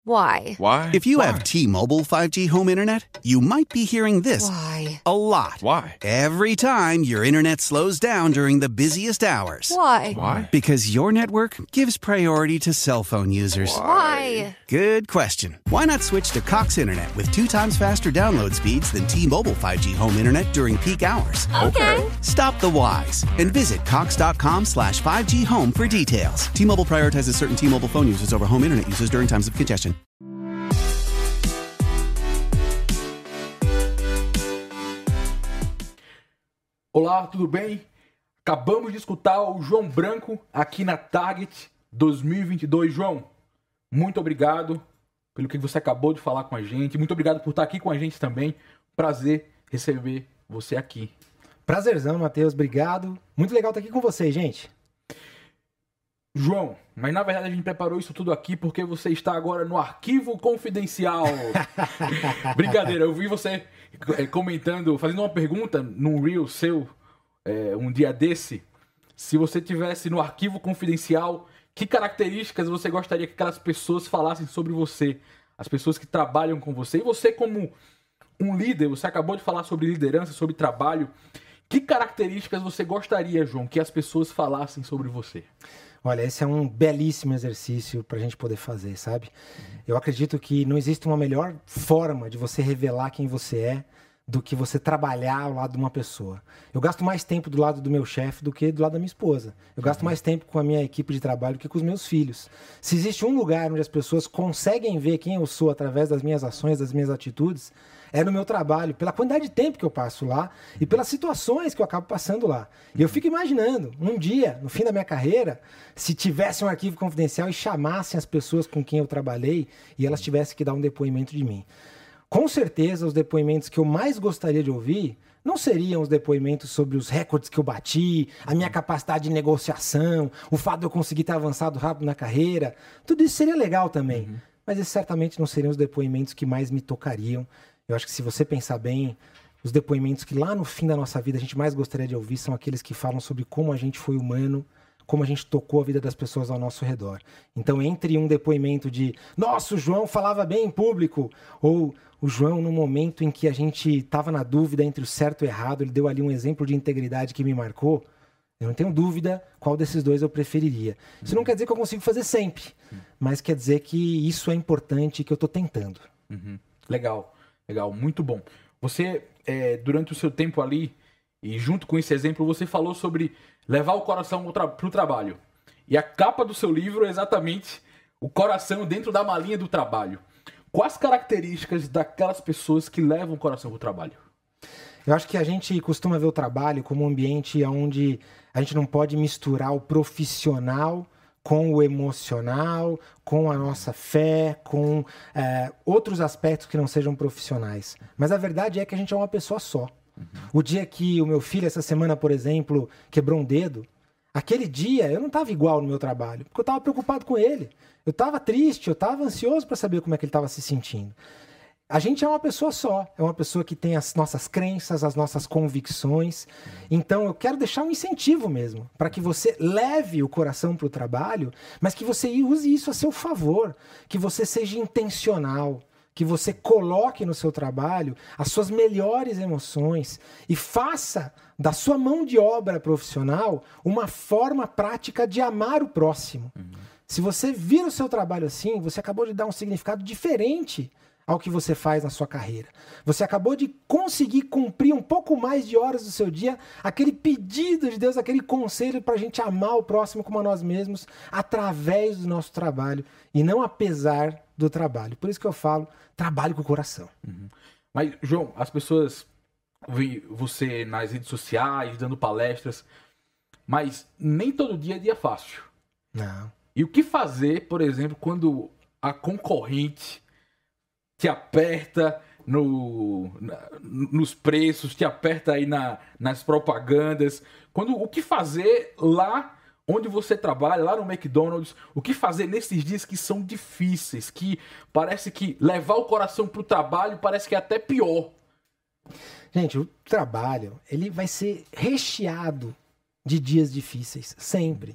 Why? Why? If you have T-Mobile 5G home internet, you might be hearing this Why? a lot. Why? Every time your internet slows down during the busiest hours. Why? Why? Because your network gives priority to cell phone users. Why? Good question. Why not switch to Cox Internet with 2 times faster download speeds than T-Mobile 5G home internet during peak hours? Okay. Stop the whys and visit cox.com/5G home for details. T-Mobile prioritizes certain T-Mobile phone users over home internet users during times of congestion. Olá, tudo bem? Acabamos de escutar o João Branco aqui na Target 2022. João, muito obrigado pelo que você acabou de falar com a gente. Muito obrigado por estar aqui com a gente também. Prazer receber você aqui. Prazerzão, Matheus. Obrigado. Muito legal estar aqui com vocês, gente. João, mas na verdade a gente preparou isso tudo aqui porque você está agora no arquivo confidencial. Brincadeira, eu vi você comentando, fazendo uma pergunta num reel seu um dia desse. Se você tivesse no arquivo confidencial, que características você gostaria que aquelas pessoas falassem sobre você? As pessoas que trabalham com você. E você como um líder, você acabou de falar sobre liderança, sobre trabalho. Que características você gostaria, João, que as pessoas falassem sobre você? Olha, esse é um belíssimo exercício para a gente poder fazer, sabe? Eu acredito que não existe uma melhor forma de você revelar quem você é do que você trabalhar ao lado de uma pessoa. Eu gasto mais tempo do lado do meu chefe do que do lado da minha esposa. Eu gasto mais tempo com a minha equipe de trabalho do que com os meus filhos. Se existe um lugar onde as pessoas conseguem ver quem eu sou através das minhas ações, das minhas atitudes, é no meu trabalho, pela quantidade de tempo que eu passo lá e pelas situações que eu acabo passando lá. E eu fico imaginando, um dia, no fim da minha carreira, se tivesse um arquivo confidencial e chamassem as pessoas com quem eu trabalhei e elas tivessem que dar um depoimento de mim. Com certeza, os depoimentos que eu mais gostaria de ouvir não seriam os depoimentos sobre os recordes que eu bati, a minha capacidade de negociação, o fato de eu conseguir ter avançado rápido na carreira. Tudo isso seria legal também. Mas esses certamente não seriam os depoimentos que mais me tocariam. Eu acho que se você pensar bem, os depoimentos que lá no fim da nossa vida a gente mais gostaria de ouvir são aqueles que falam sobre como a gente foi humano, como a gente tocou a vida das pessoas ao nosso redor. Então, entre um depoimento de nossa, o João falava bem em público, ou o João, no momento em que a gente estava na dúvida entre o certo e o errado, ele deu ali um exemplo de integridade que me marcou, eu não tenho dúvida qual desses dois eu preferiria. Isso não quer dizer que eu consigo fazer sempre, mas quer dizer que isso é importante e que eu estou tentando. Legal, muito bom. Você, durante o seu tempo ali, e junto com esse exemplo, você falou sobre levar o coração para o trabalho. E a capa do seu livro é exatamente o coração dentro da malinha do trabalho. Quais características daquelas pessoas que levam o coração para o trabalho? Eu acho que a gente costuma ver o trabalho como um ambiente onde a gente não pode misturar o profissional com o emocional, com a nossa fé, com outros aspectos que não sejam profissionais. Mas a verdade é que a gente é uma pessoa só. O dia que o meu filho, essa semana, por exemplo, quebrou um dedo, aquele dia eu não estava igual no meu trabalho, porque eu estava preocupado com ele. Eu estava triste, eu estava ansioso para saber como é que ele estava se sentindo. A gente é uma pessoa só, é uma pessoa que tem as nossas crenças, as nossas convicções. Então eu quero deixar um incentivo mesmo, para que você leve o coração para o trabalho, mas que você use isso a seu favor, que você seja intencional, que você coloque no seu trabalho as suas melhores emoções e faça da sua mão de obra profissional uma forma prática de amar o próximo. Se você vira o seu trabalho assim, você acabou de dar um significado diferente ao que você faz na sua carreira. Você acabou de conseguir cumprir um pouco mais de horas do seu dia, aquele pedido de Deus, aquele conselho para a gente amar o próximo como a nós mesmos, através do nosso trabalho e não apesar do trabalho. Por isso que eu falo, trabalho com o coração. Mas, João, as pessoas veem você nas redes sociais, dando palestras, mas nem todo dia é dia fácil. Não. E o que fazer, por exemplo, quando a concorrente te aperta nos preços, te aperta aí nas propagandas? O que fazer lá onde você trabalha, lá no McDonald's? O que fazer nesses dias que são difíceis, que parece que levar o coração pro trabalho parece que é até pior? Gente, o trabalho, ele vai ser recheado de dias difíceis, sempre.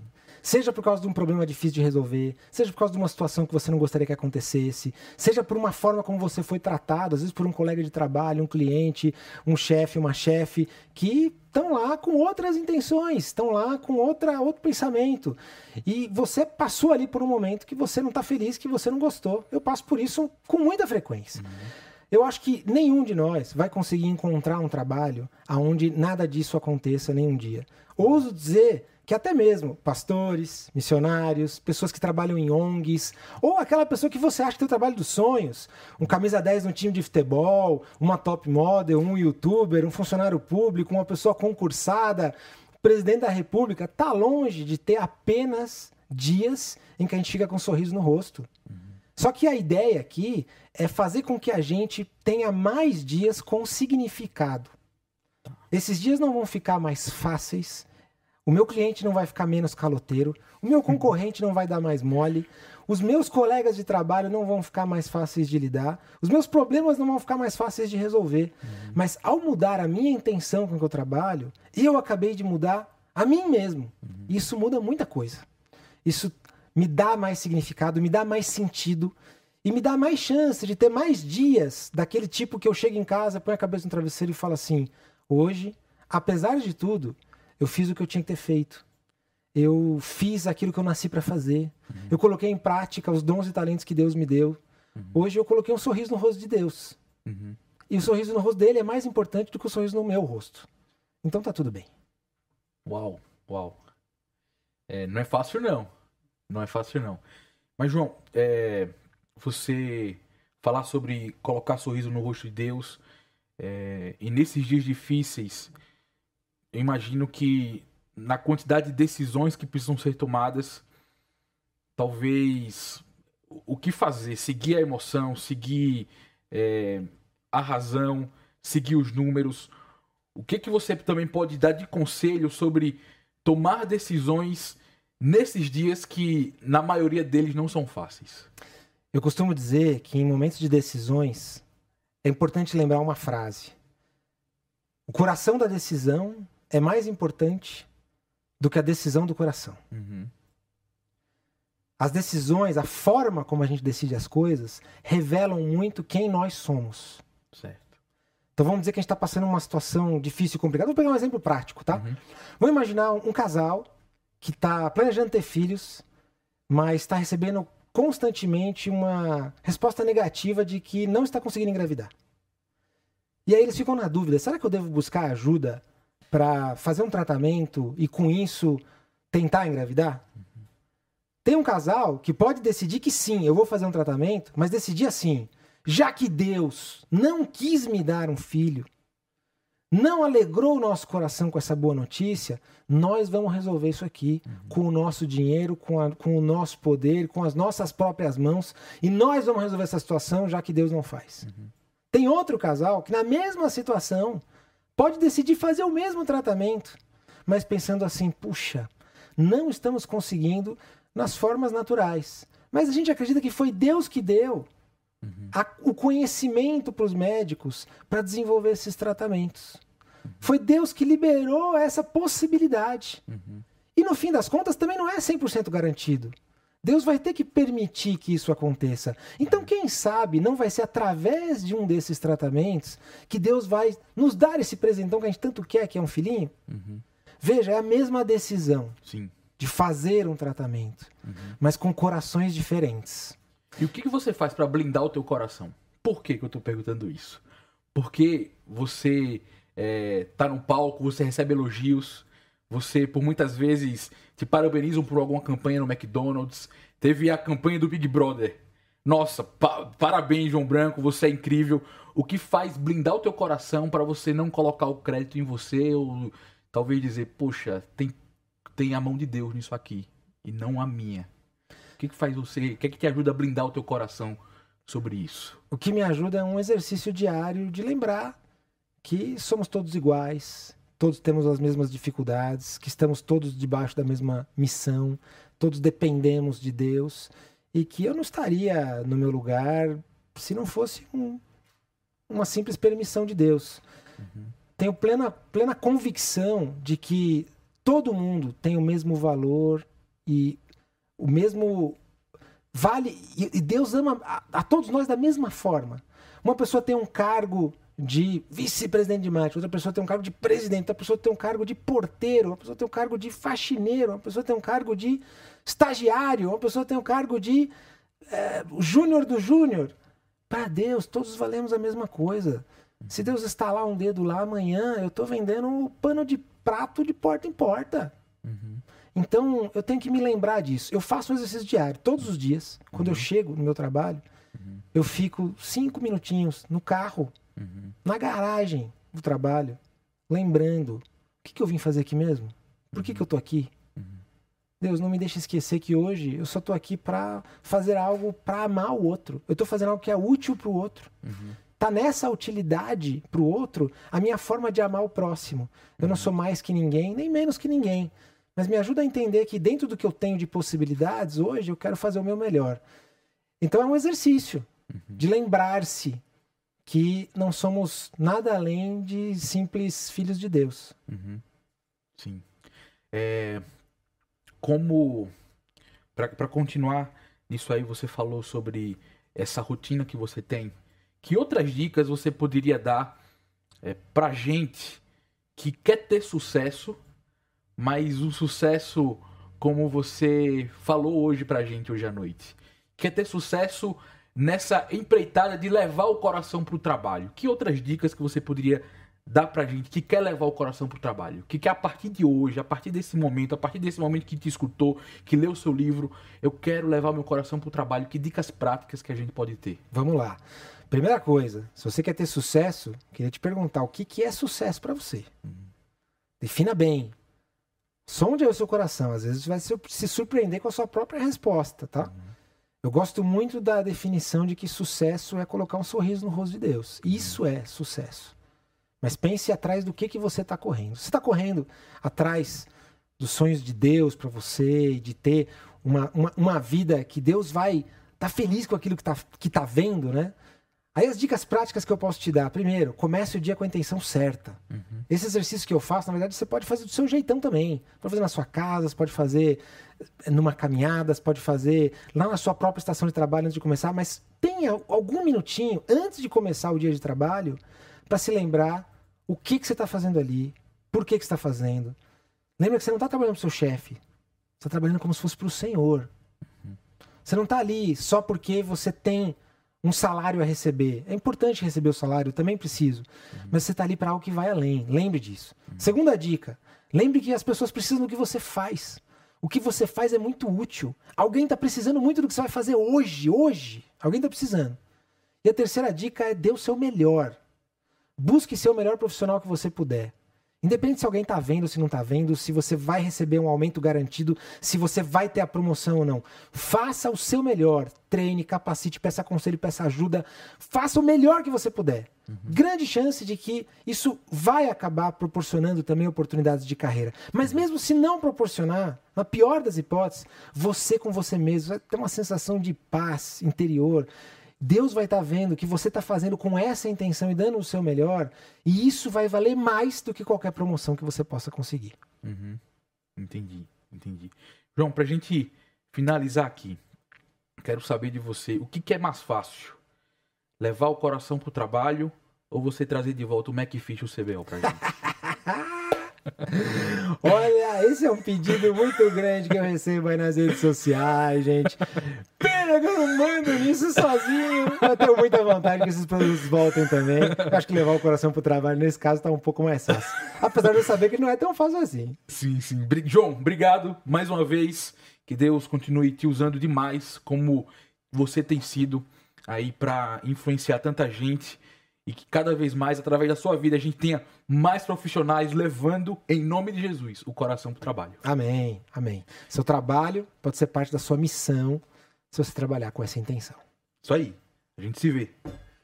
Seja por causa de um problema difícil de resolver, seja por causa de uma situação que você não gostaria que acontecesse, seja por uma forma como você foi tratado, às vezes por um colega de trabalho, um cliente, um chefe, uma chefe, que estão lá com outras intenções, estão lá com outro pensamento. E você passou ali por um momento que você não está feliz, que você não gostou. Eu passo por isso com muita frequência. Eu acho que nenhum de nós vai conseguir encontrar um trabalho onde nada disso aconteça nenhum dia. Ouso dizer que até mesmo pastores, missionários, pessoas que trabalham em ONGs, ou aquela pessoa que você acha que tem o trabalho dos sonhos, um camisa 10 no time de futebol, uma top model, um youtuber, um funcionário público, uma pessoa concursada, presidente da república, tá longe de ter apenas dias em que a gente fica com um sorriso no rosto. Só que a ideia aqui é fazer com que a gente tenha mais dias com significado. Esses dias não vão ficar mais fáceis, o meu cliente não vai ficar menos caloteiro, o meu concorrente não vai dar mais mole, os meus colegas de trabalho não vão ficar mais fáceis de lidar, os meus problemas não vão ficar mais fáceis de resolver. Mas ao mudar a minha intenção com que eu trabalho, eu acabei de mudar a mim mesmo. Isso muda muita coisa. Isso me dá mais significado, me dá mais sentido e me dá mais chance de ter mais dias daquele tipo que eu chego em casa, ponho a cabeça no travesseiro e falo assim: hoje, apesar de tudo, eu fiz o que eu tinha que ter feito. Eu fiz aquilo que eu nasci para fazer. Eu coloquei em prática os dons e talentos que Deus me deu. Hoje eu coloquei um sorriso no rosto de Deus. E o sorriso no rosto dele é mais importante do que o sorriso no meu rosto. Então tá tudo bem. Uau. Não é fácil, não. Não é fácil, não. Mas, João, você falar sobre colocar sorriso no rosto de Deus, e nesses dias difíceis, eu imagino que na quantidade de decisões que precisam ser tomadas, talvez o que fazer? Seguir a emoção, seguir a razão, seguir os números. O que você também pode dar de conselho sobre tomar decisões nesses dias que, na maioria deles, não são fáceis? Eu costumo dizer que em momentos de decisões é importante lembrar uma frase. O coração da decisão é mais importante do que a decisão do coração. As decisões, a forma como a gente decide as coisas, revelam muito quem nós somos. Certo. Então vamos dizer que a gente está passando uma situação difícil e complicada. Vou pegar um exemplo prático, tá? Vamos imaginar um casal que está planejando ter filhos, mas está recebendo constantemente uma resposta negativa de que não está conseguindo engravidar. E aí eles ficam na dúvida: será que eu devo buscar ajuda para fazer um tratamento e com isso tentar engravidar? Tem um casal que pode decidir que sim, eu vou fazer um tratamento, mas decidir assim: já que Deus não quis me dar um filho, não alegrou o nosso coração com essa boa notícia, nós vamos resolver isso aqui com o nosso dinheiro, com o nosso poder, com as nossas próprias mãos, e nós vamos resolver essa situação, já que Deus não faz. Tem outro casal que, na mesma situação, pode decidir fazer o mesmo tratamento, mas pensando assim: puxa, não estamos conseguindo nas formas naturais, mas a gente acredita que foi Deus que deu o conhecimento para os médicos para desenvolver esses tratamentos. Foi Deus que liberou essa possibilidade. E no fim das contas também não é 100% garantido. Deus vai ter que permitir que isso aconteça. Então, quem sabe, não vai ser através de um desses tratamentos que Deus vai nos dar esse presentão que a gente tanto quer, que é um filhinho? Veja, é a mesma decisão de fazer um tratamento, mas com corações diferentes. E o que você faz para blindar o teu coração? Por que eu tô perguntando isso? Porque você tá num palco, você recebe elogios, você por muitas vezes te parabenizam por alguma campanha no McDonald's, teve a campanha do Big Brother. Nossa, parabéns, João Branco, você é incrível. O que faz blindar o teu coração para você não colocar o crédito em você ou talvez dizer: poxa, tem a mão de Deus nisso aqui e não a minha? O que faz você, o que te ajuda a blindar o teu coração sobre isso? O que me ajuda é um exercício diário de lembrar que somos todos iguais, todos temos as mesmas dificuldades, que estamos todos debaixo da mesma missão, todos dependemos de Deus e que eu não estaria no meu lugar se não fosse uma simples permissão de Deus. Tenho plena convicção de que todo mundo tem o mesmo valor e o mesmo vale, e Deus ama a todos nós da mesma forma. Uma pessoa tem um cargo de vice-presidente de marketing, outra pessoa tem um cargo de presidente, outra pessoa tem um cargo de porteiro, uma pessoa tem um cargo de faxineiro, uma pessoa tem um cargo de estagiário, uma pessoa tem um cargo de júnior do júnior. Para Deus, todos valemos a mesma coisa. Se Deus estalar um dedo lá amanhã, eu estou vendendo um pano de prato de porta em porta. Então, eu tenho que me lembrar disso. Eu faço um exercício diário, todos os dias. Quando eu chego no meu trabalho, eu fico 5 minutinhos no carro, na garagem do trabalho, lembrando, o que eu vim fazer aqui mesmo? Por que eu tô aqui? Deus, não me deixe esquecer que hoje eu só tô aqui para fazer algo para amar o outro. Eu tô fazendo algo que é útil pro outro. Tá nessa utilidade pro outro a minha forma de amar o próximo. Eu não sou mais que ninguém, nem menos que ninguém. Mas me ajuda a entender que dentro do que eu tenho de possibilidades, hoje eu quero fazer o meu melhor. Então é um exercício de lembrar-se que não somos nada além de simples filhos de Deus. Sim. Como, para continuar nisso aí, você falou sobre essa rotina que você tem. Que outras dicas você poderia dar pra gente que quer ter sucesso, mas o sucesso, como você falou hoje pra gente hoje à noite, quer ter sucesso nessa empreitada de levar o coração pro trabalho? Que outras dicas que você poderia dar pra gente que quer levar o coração pro trabalho? Que quer a partir de hoje, a partir desse momento que te escutou, que leu o seu livro, eu quero levar o meu coração pro trabalho. Que dicas práticas que a gente pode ter? Vamos lá. Primeira coisa, se você quer ter sucesso, queria te perguntar o que é sucesso pra você. Defina bem. Sonde aí o seu coração. Às vezes você vai se surpreender com a sua própria resposta, tá? Eu gosto muito da definição de que sucesso é colocar um sorriso no rosto de Deus. Isso é sucesso. Mas pense atrás do que você está correndo. Você está correndo atrás dos sonhos de Deus para você, de ter uma vida que Deus vai estar feliz com aquilo que tá vendo, né? Aí as dicas práticas que eu posso te dar. Primeiro, comece o dia com a intenção certa. Esse exercício que eu faço, na verdade, você pode fazer do seu jeitão também. Pode fazer na sua casa, você pode fazer numa caminhada, você pode fazer lá na sua própria estação de trabalho antes de começar, mas tenha algum minutinho antes de começar o dia de trabalho para se lembrar o que você está fazendo ali, por que você está fazendo. Lembra que você não está trabalhando para o seu chefe, você está trabalhando como se fosse para o Senhor. Você não está ali só porque você tem um salário a receber. É importante receber o salário, eu também preciso. Mas você está ali para algo que vai além. Lembre disso. Segunda dica. Lembre que as pessoas precisam do que você faz. O que você faz é muito útil. Alguém está precisando muito do que você vai fazer hoje. Hoje. Alguém está precisando. E a terceira dica é dê o seu melhor. Busque ser o melhor profissional que você puder. Independente se alguém está vendo ou se não está vendo, se você vai receber um aumento garantido, se você vai ter a promoção ou não. Faça o seu melhor. Treine, capacite, peça conselho, peça ajuda. Faça o melhor que você puder. Grande chance de que isso vai acabar proporcionando também oportunidades de carreira. Mas mesmo se não proporcionar, na pior das hipóteses, você com você mesmo vai ter uma sensação de paz interior. Deus vai estar vendo que você está fazendo com essa intenção e dando o seu melhor, e isso vai valer mais do que qualquer promoção que você possa conseguir. Entendi. João, pra gente finalizar aqui, quero saber de você, o que é mais fácil? Levar o coração pro trabalho ou você trazer de volta o McFish e o CBO pra gente? Olha, esse é um pedido muito grande que eu recebo aí nas redes sociais, gente. Pena que eu não mando nisso sozinho. Eu tenho muita vontade que esses produtos voltem também. Eu acho que levar o coração pro trabalho, nesse caso, tá um pouco mais fácil. Apesar de eu saber que não é tão fácil assim. Sim. João, obrigado mais uma vez. Que Deus continue te usando demais, como você tem sido aí pra influenciar tanta gente. E que cada vez mais, através da sua vida, a gente tenha mais profissionais levando, em nome de Jesus, o coração pro trabalho. Amém. Seu trabalho pode ser parte da sua missão se você trabalhar com essa intenção. Isso aí. A gente se vê.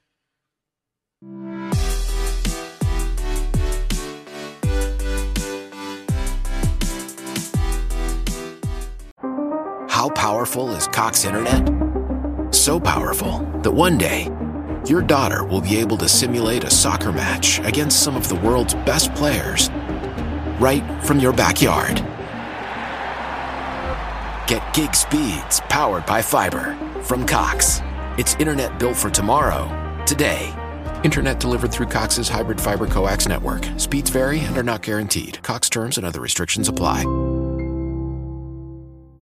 How powerful is Cox Internet? So powerful that one day, your daughter will be able to simulate a soccer match against some of the world's best players right from your backyard. Get gig speeds powered by fiber from Cox. It's internet built for tomorrow, today. Internet delivered through Cox's hybrid fiber coax network. Speeds vary and are not guaranteed. Cox terms and other restrictions apply.